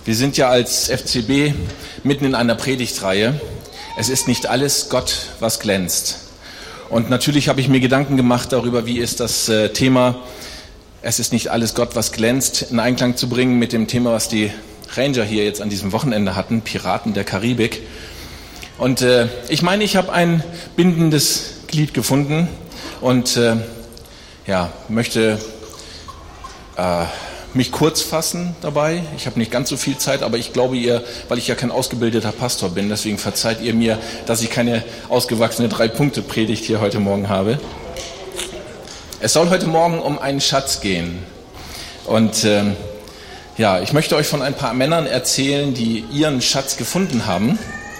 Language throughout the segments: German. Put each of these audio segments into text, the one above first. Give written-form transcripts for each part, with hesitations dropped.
Wir sind ja als FCB mitten in einer Predigtreihe. Es ist nicht alles Gott, was glänzt. Und natürlich habe ich mir Gedanken gemacht darüber, wie ist das Thema, es ist nicht alles Gott, was glänzt, in Einklang zu bringen mit dem Thema, was die Ranger hier jetzt an diesem Wochenende hatten, Piraten der Karibik. Und ich meine, ich habe ein bindendes Glied gefunden und möchte mich kurz fassen dabei. Ich habe nicht ganz so viel Zeit, aber ich glaube weil ich ja kein ausgebildeter Pastor bin, deswegen verzeiht ihr mir, dass ich keine ausgewachsene 3-Punkte-Predigt hier heute Morgen habe. Es soll heute Morgen um einen Schatz gehen. Und ich möchte euch von ein paar Männern erzählen, die ihren Schatz gefunden haben.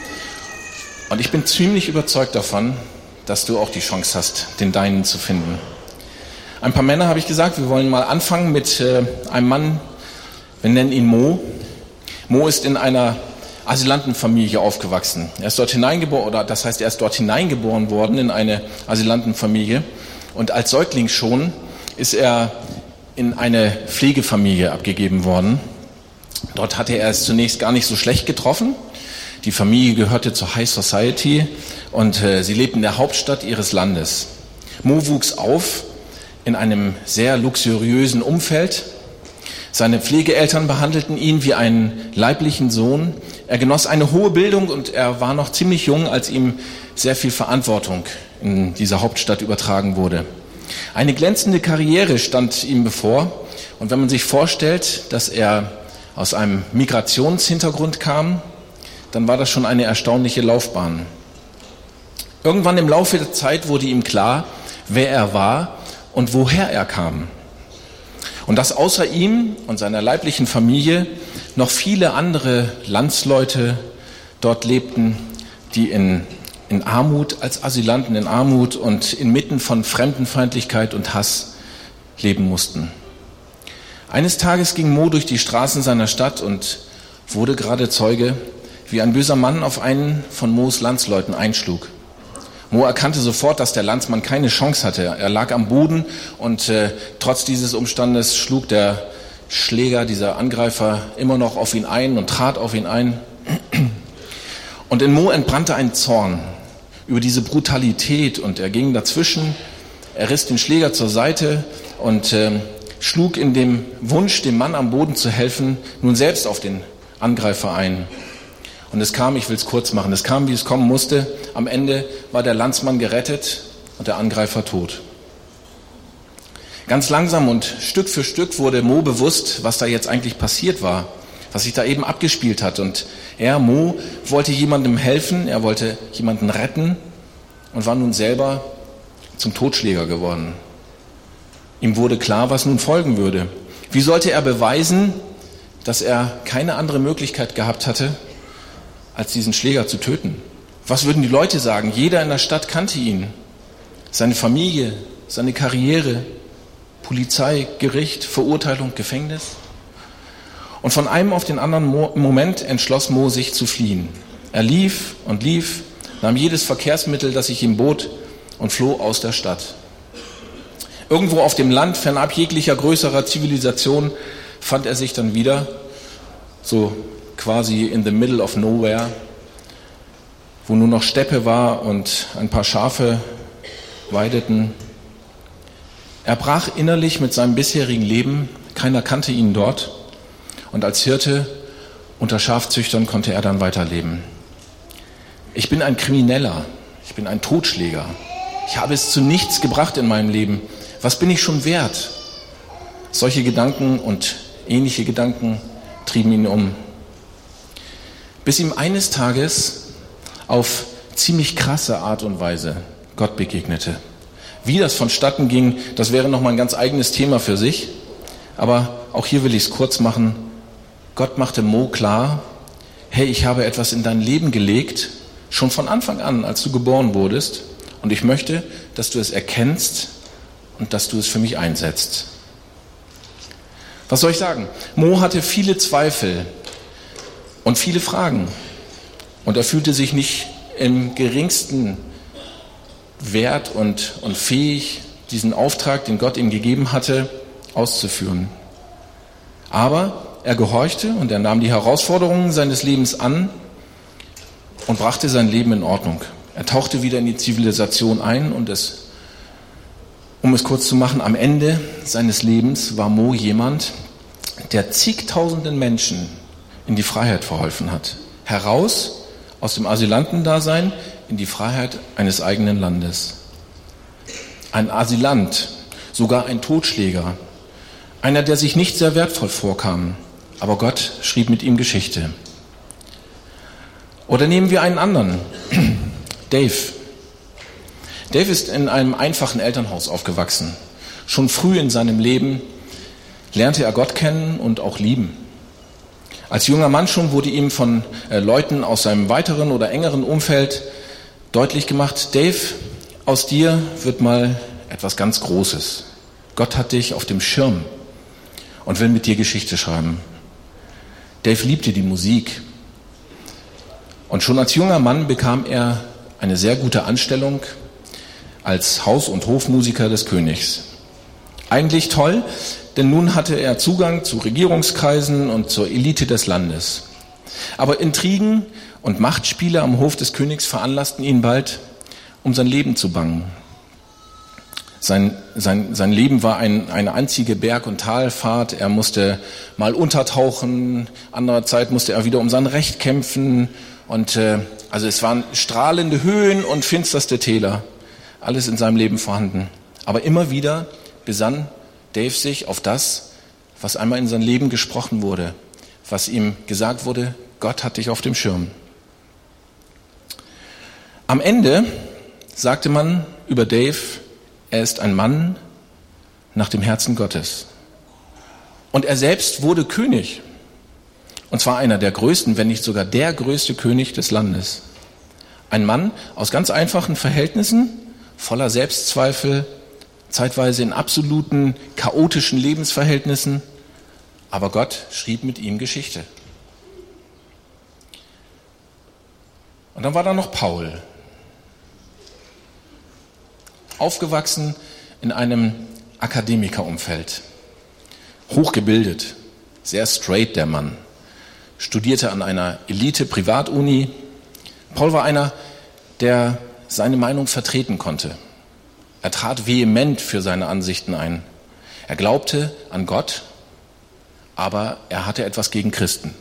Und ich bin ziemlich überzeugt davon, dass du auch die Chance hast, den deinen zu finden. Ein paar Männer habe ich gesagt, wir wollen mal anfangen mit einem Mann, wir nennen ihn Mo. Mo ist in einer Asylantenfamilie aufgewachsen. Er ist dort hineingeboren, er ist dort hineingeboren worden in eine Asylantenfamilie. Und als Säugling schon ist er in eine Pflegefamilie abgegeben worden. Dort hatte er es zunächst gar nicht so schlecht getroffen. Die Familie gehörte zur High Society und sie lebten in der Hauptstadt ihres Landes. Mo wuchs auf in einem sehr luxuriösen Umfeld. Seine Pflegeeltern behandelten ihn wie einen leiblichen Sohn. Er genoss eine hohe Bildung und er war noch ziemlich jung, als ihm sehr viel Verantwortung in dieser Hauptstadt übertragen wurde. Eine glänzende Karriere stand ihm bevor. Und wenn man sich vorstellt, dass er aus einem Migrationshintergrund kam, dann war das schon eine erstaunliche Laufbahn. Irgendwann im Laufe der Zeit wurde ihm klar, wer er war und woher er kam. Und dass außer ihm und seiner leiblichen Familie noch viele andere Landsleute dort lebten, die in Armut, als Asylanten in Armut und inmitten von Fremdenfeindlichkeit und Hass leben mussten. Eines Tages ging Mo durch die Straßen seiner Stadt und wurde gerade Zeuge, wie ein böser Mann auf einen von Mo's Landsleuten einschlug. Mo erkannte sofort, dass der Landsmann keine Chance hatte. Er lag am Boden und trotz dieses Umstandes schlug der Schläger, dieser Angreifer, immer noch auf ihn ein und trat auf ihn ein. Und in Mo entbrannte ein Zorn über diese Brutalität und er ging dazwischen, er riss den Schläger zur Seite und schlug in dem Wunsch, dem Mann am Boden zu helfen, nun selbst auf den Angreifer ein. Und es kam, ich will es kurz machen, es kam, wie es kommen musste. Am Ende war der Landsmann gerettet und der Angreifer tot. Ganz langsam und Stück für Stück wurde Mo bewusst, was da jetzt eigentlich passiert war, was sich da eben abgespielt hat. Und Mo wollte jemandem helfen, er wollte jemanden retten und war nun selber zum Totschläger geworden. Ihm wurde klar, was nun folgen würde. Wie sollte er beweisen, dass er keine andere Möglichkeit gehabt hatte, als diesen Schläger zu töten? Was würden die Leute sagen? Jeder in der Stadt kannte ihn. Seine Familie, seine Karriere, Polizei, Gericht, Verurteilung, Gefängnis. Und von einem auf den anderen Moment entschloss Mo, sich zu fliehen. Er lief und lief, nahm jedes Verkehrsmittel, das sich ihm bot, und floh aus der Stadt. Irgendwo auf dem Land, fernab jeglicher größerer Zivilisation, fand er sich dann wieder, so quasi in the middle of nowhere, wo nur noch Steppe war und ein paar Schafe weideten. Er brach innerlich mit seinem bisherigen Leben, keiner kannte ihn dort und als Hirte unter Schafzüchtern konnte er dann weiterleben. Ich bin ein Krimineller, ich bin ein Totschläger, ich habe es zu nichts gebracht in meinem Leben, was bin ich schon wert? Solche Gedanken und ähnliche Gedanken trieben ihn um. Bis ihm eines Tages auf ziemlich krasse Art und Weise Gott begegnete. Wie das vonstatten ging, das wäre nochmal ein ganz eigenes Thema für sich. Aber auch hier will ich es kurz machen. Gott machte Mo klar, hey, ich habe etwas in dein Leben gelegt, schon von Anfang an, als du geboren wurdest. Und ich möchte, dass du es erkennst und dass du es für mich einsetzt. Was soll ich sagen? Mo hatte viele Zweifel und viele Fragen. Und er fühlte sich nicht im geringsten wert und fähig, diesen Auftrag, den Gott ihm gegeben hatte, auszuführen. Aber er gehorchte und er nahm die Herausforderungen seines Lebens an und brachte sein Leben in Ordnung. Er tauchte wieder in die Zivilisation ein und um es kurz zu machen, am Ende seines Lebens war Mo jemand, der zigtausenden Menschen in die Freiheit verholfen hat. Heraus aus dem Asylantendasein in die Freiheit eines eigenen Landes. Ein Asylant, sogar ein Totschläger, einer, der sich nicht sehr wertvoll vorkam, aber Gott schrieb mit ihm Geschichte. Oder nehmen wir einen anderen, Dave. Dave ist in einem einfachen Elternhaus aufgewachsen. Schon früh in seinem Leben lernte er Gott kennen und auch lieben. Als junger Mann schon wurde ihm von Leuten aus seinem weiteren oder engeren Umfeld deutlich gemacht, Dave, aus dir wird mal etwas ganz Großes. Gott hat dich auf dem Schirm und will mit dir Geschichte schreiben. Dave liebte die Musik. Und schon als junger Mann bekam er eine sehr gute Anstellung als Haus- und Hofmusiker des Königs. Eigentlich toll, denn nun hatte er Zugang zu Regierungskreisen und zur Elite des Landes. Aber Intrigen und Machtspiele am Hof des Königs veranlassten ihn bald, um sein Leben zu bangen. Sein Leben war eine einzige Berg- und Talfahrt. Er musste mal untertauchen, andererseits musste er wieder um sein Recht kämpfen. Und also es waren strahlende Höhen und finsterste Täler. Alles in seinem Leben vorhanden. Aber immer wieder besann Dave sich auf das, was einmal in sein Leben gesprochen wurde, was ihm gesagt wurde, Gott hat dich auf dem Schirm. Am Ende sagte man über Dave, er ist ein Mann nach dem Herzen Gottes. Und er selbst wurde König. Und zwar einer der größten, wenn nicht sogar der größte König des Landes. Ein Mann aus ganz einfachen Verhältnissen, voller Selbstzweifel, zeitweise in absoluten chaotischen Lebensverhältnissen, aber Gott schrieb mit ihm Geschichte. Und dann war da noch Paul. Aufgewachsen in einem Akademikerumfeld. Hochgebildet, sehr straight der Mann. Studierte an einer Elite-Privatuni. Paul war einer, der seine Meinung vertreten konnte. Er trat vehement für seine Ansichten ein. Er glaubte an Gott, aber er hatte etwas gegen Christen.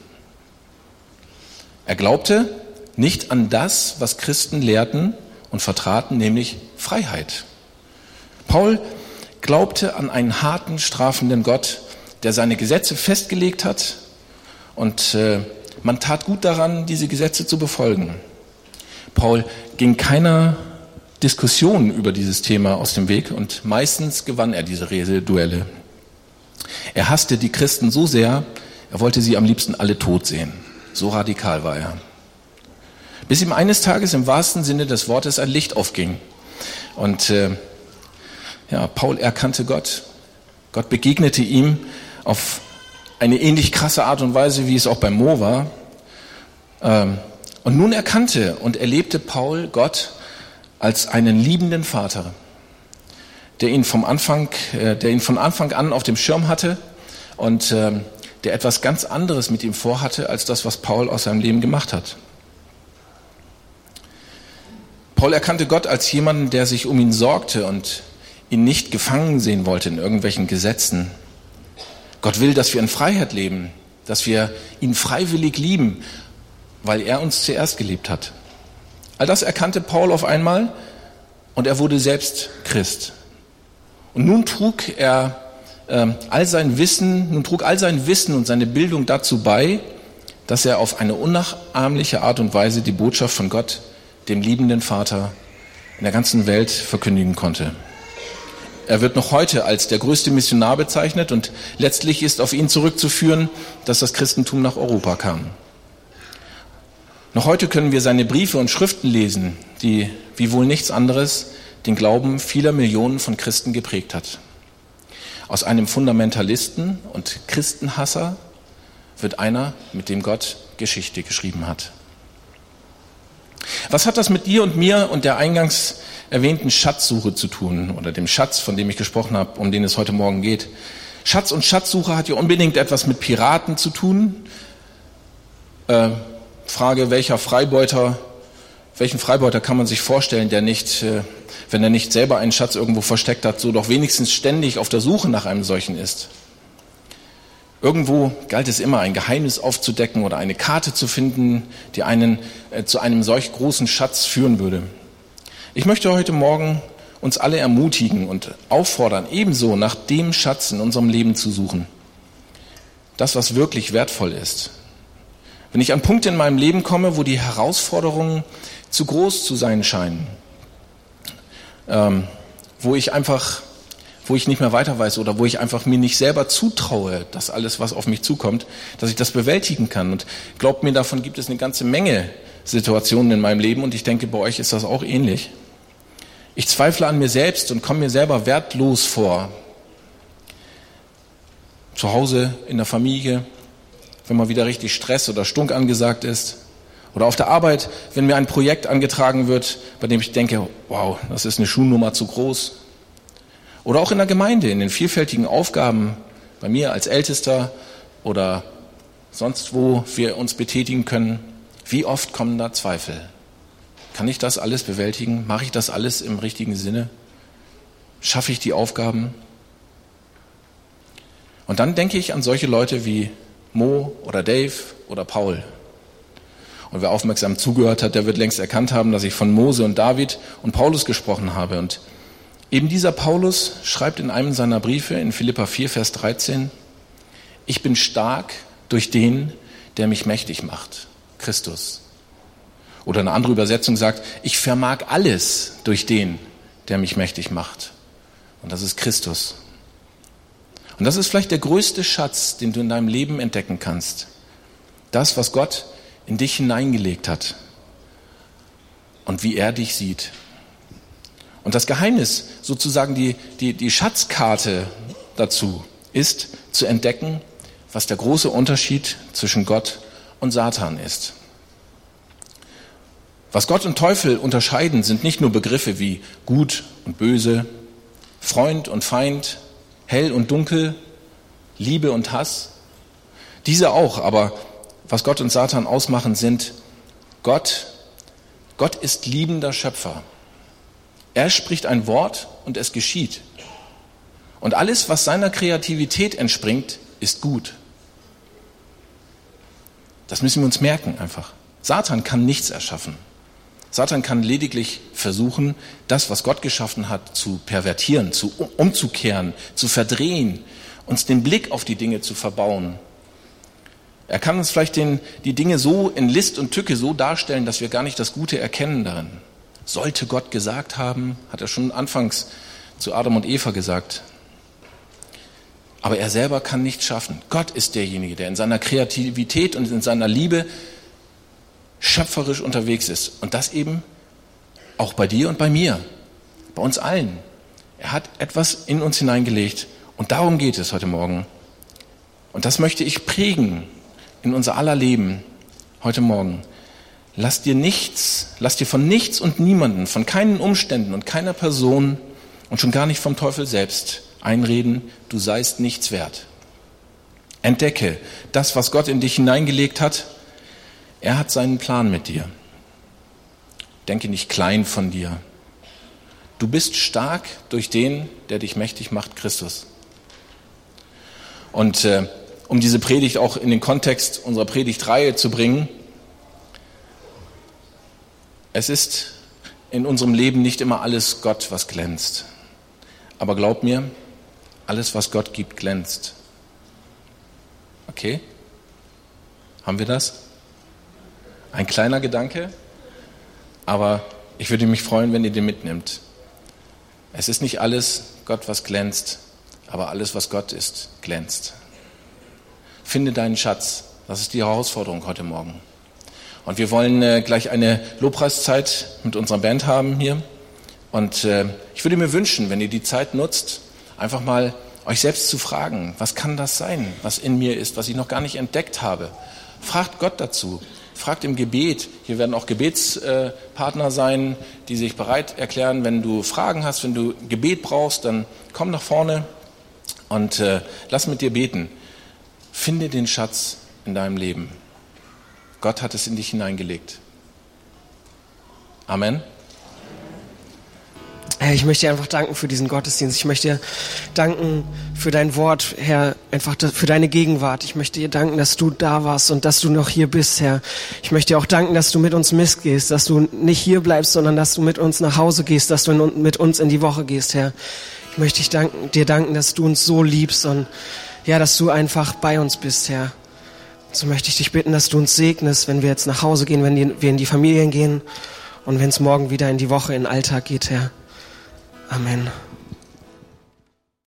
Er glaubte nicht an das, was Christen lehrten und vertraten, nämlich Freiheit. Paul glaubte an einen harten, strafenden Gott, der seine Gesetze festgelegt hat und man tat gut daran, diese Gesetze zu befolgen. Paul ging keiner Diskussion über dieses Thema aus dem Weg und meistens gewann er diese Rededuelle. Er hasste die Christen so sehr, er wollte sie am liebsten alle tot sehen. So radikal war er. Bis ihm eines Tages im wahrsten Sinne des Wortes ein Licht aufging. Und Paul erkannte Gott. Gott begegnete ihm auf eine ähnlich krasse Art und Weise, wie es auch bei Mo war. Und nun erkannte und erlebte Paul Gott als einen liebenden Vater, der ihn von Anfang an auf dem Schirm hatte und der etwas ganz anderes mit ihm vorhatte, als das, was Paul aus seinem Leben gemacht hat. Paul erkannte Gott als jemanden, der sich um ihn sorgte und ihn nicht gefangen sehen wollte in irgendwelchen Gesetzen. Gott will, dass wir in Freiheit leben, dass wir ihn freiwillig lieben, weil er uns zuerst geliebt hat. All das erkannte Paul auf einmal und er wurde selbst Christ. Und nun trug all sein Wissen und seine Bildung dazu bei, dass er auf eine unnachahmliche Art und Weise die Botschaft von Gott, dem liebenden Vater, in der ganzen Welt verkündigen konnte. Er wird noch heute als der größte Missionar bezeichnet und letztlich ist auf ihn zurückzuführen, dass das Christentum nach Europa kam. Noch heute können wir seine Briefe und Schriften lesen, die, wie wohl nichts anderes, den Glauben vieler Millionen von Christen geprägt hat. Aus einem Fundamentalisten und Christenhasser wird einer, mit dem Gott Geschichte geschrieben hat. Was hat das mit dir und mir und der eingangs erwähnten Schatzsuche zu tun oder dem Schatz, von dem ich gesprochen habe, um den es heute Morgen geht? Schatz und Schatzsuche hat ja unbedingt etwas mit Piraten zu tun. Frage, welchen Freibeuter kann man sich vorstellen, der nicht, wenn er nicht selber einen Schatz irgendwo versteckt hat, so doch wenigstens ständig auf der Suche nach einem solchen ist. Irgendwo galt es immer, ein Geheimnis aufzudecken oder eine Karte zu finden, die einen zu einem solch großen Schatz führen würde. Ich möchte heute Morgen uns alle ermutigen und auffordern, ebenso nach dem Schatz in unserem Leben zu suchen. Das, was wirklich wertvoll ist. Wenn ich an Punkte in meinem Leben komme, wo die Herausforderungen zu groß zu sein scheinen, wo ich nicht mehr weiter weiß oder wo ich einfach mir nicht selber zutraue, dass alles, was auf mich zukommt, dass ich das bewältigen kann. Und glaubt mir, davon gibt es eine ganze Menge Situationen in meinem Leben und ich denke, bei euch ist das auch ähnlich. Ich zweifle an mir selbst und komme mir selber wertlos vor. Zu Hause, in der Familie, wenn mal wieder richtig Stress oder Stunk angesagt ist. Oder auf der Arbeit, wenn mir ein Projekt angetragen wird, bei dem ich denke, wow, das ist eine Schuhnummer zu groß. Oder auch in der Gemeinde, in den vielfältigen Aufgaben, bei mir als Ältester oder sonst wo wir uns betätigen können. Wie oft kommen da Zweifel? Kann ich das alles bewältigen? Mache ich das alles im richtigen Sinne? Schaffe ich die Aufgaben? Und dann denke ich an solche Leute wie Mo oder Dave oder Paul. Und wer aufmerksam zugehört hat, der wird längst erkannt haben, dass ich von Mose und David und Paulus gesprochen habe. Und eben dieser Paulus schreibt in einem seiner Briefe in Philipper 4, Vers 13, ich bin stark durch den, der mich mächtig macht, Christus. Oder eine andere Übersetzung sagt, ich vermag alles durch den, der mich mächtig macht. Und das ist Christus. Und das ist vielleicht der größte Schatz, den du in deinem Leben entdecken kannst. Das, was Gott in dich hineingelegt hat und wie er dich sieht. Und das Geheimnis, sozusagen die Schatzkarte dazu, ist zu entdecken, was der große Unterschied zwischen Gott und Satan ist. Was Gott und Teufel unterscheiden, sind nicht nur Begriffe wie gut und böse, Freund und Feind, hell und dunkel, Liebe und Hass. Diese auch, aber was Gott und Satan ausmachen, sind Gott ist liebender Schöpfer. Er spricht ein Wort und es geschieht. Und alles, was seiner Kreativität entspringt, ist gut. Das müssen wir uns merken einfach. Satan kann nichts erschaffen. Satan kann lediglich versuchen, das, was Gott geschaffen hat, zu pervertieren, umzukehren, zu verdrehen, uns den Blick auf die Dinge zu verbauen. Er kann uns vielleicht die Dinge so in List und Tücke so darstellen, dass wir gar nicht das Gute erkennen darin. Sollte Gott gesagt haben, hat er schon anfangs zu Adam und Eva gesagt. Aber er selber kann nichts schaffen. Gott ist derjenige, der in seiner Kreativität und in seiner Liebe schöpferisch unterwegs ist. Und das eben auch bei dir und bei mir, bei uns allen. Er hat etwas in uns hineingelegt und darum geht es heute Morgen. Und das möchte ich prägen in unser aller Leben heute Morgen. Lass dir von nichts und niemanden, von keinen Umständen und keiner Person und schon gar nicht vom Teufel selbst einreden, du seist nichts wert. Entdecke das, was Gott in dich hineingelegt hat. Er hat seinen Plan mit dir. Denke nicht klein von dir. Du bist stark durch den, der dich mächtig macht, Christus. Und um diese Predigt auch in den Kontext unserer Predigtreihe zu bringen, es ist in unserem Leben nicht immer alles Gott, was glänzt. Aber glaub mir, alles, was Gott gibt, glänzt. Okay? Haben wir das? Ein kleiner Gedanke, aber ich würde mich freuen, wenn ihr den mitnimmt. Es ist nicht alles Gott, was glänzt, aber alles, was Gott ist, glänzt. Finde deinen Schatz. Das ist die Herausforderung heute Morgen. Und wir wollen gleich eine Lobpreiszeit mit unserer Band haben hier. Und ich würde mir wünschen, wenn ihr die Zeit nutzt, einfach mal euch selbst zu fragen, was kann das sein, was in mir ist, was ich noch gar nicht entdeckt habe. Fragt Gott dazu. Fragt im Gebet. Hier werden auch Gebetspartner sein, die sich bereit erklären. Wenn du Fragen hast, wenn du Gebet brauchst, dann komm nach vorne Und lass mit dir beten. Finde den Schatz in deinem Leben. Gott hat es in dich hineingelegt. Amen. Herr, ich möchte dir einfach danken für diesen Gottesdienst. Ich möchte dir danken für dein Wort, Herr, einfach für deine Gegenwart. Ich möchte dir danken, dass du da warst und dass du noch hier bist, Herr. Ich möchte dir auch danken, dass du mit uns mitgehst, dass du nicht hier bleibst, sondern dass du mit uns nach Hause gehst, dass du mit uns in die Woche gehst, Herr. Ich möchte dir danken, dass du uns so liebst und ja, dass du einfach bei uns bist, Herr. So möchte ich dich bitten, dass du uns segnest, wenn wir jetzt nach Hause gehen, wenn wir in die Familien gehen und wenn es morgen wieder in die Woche, in den Alltag geht, Herr. Amen.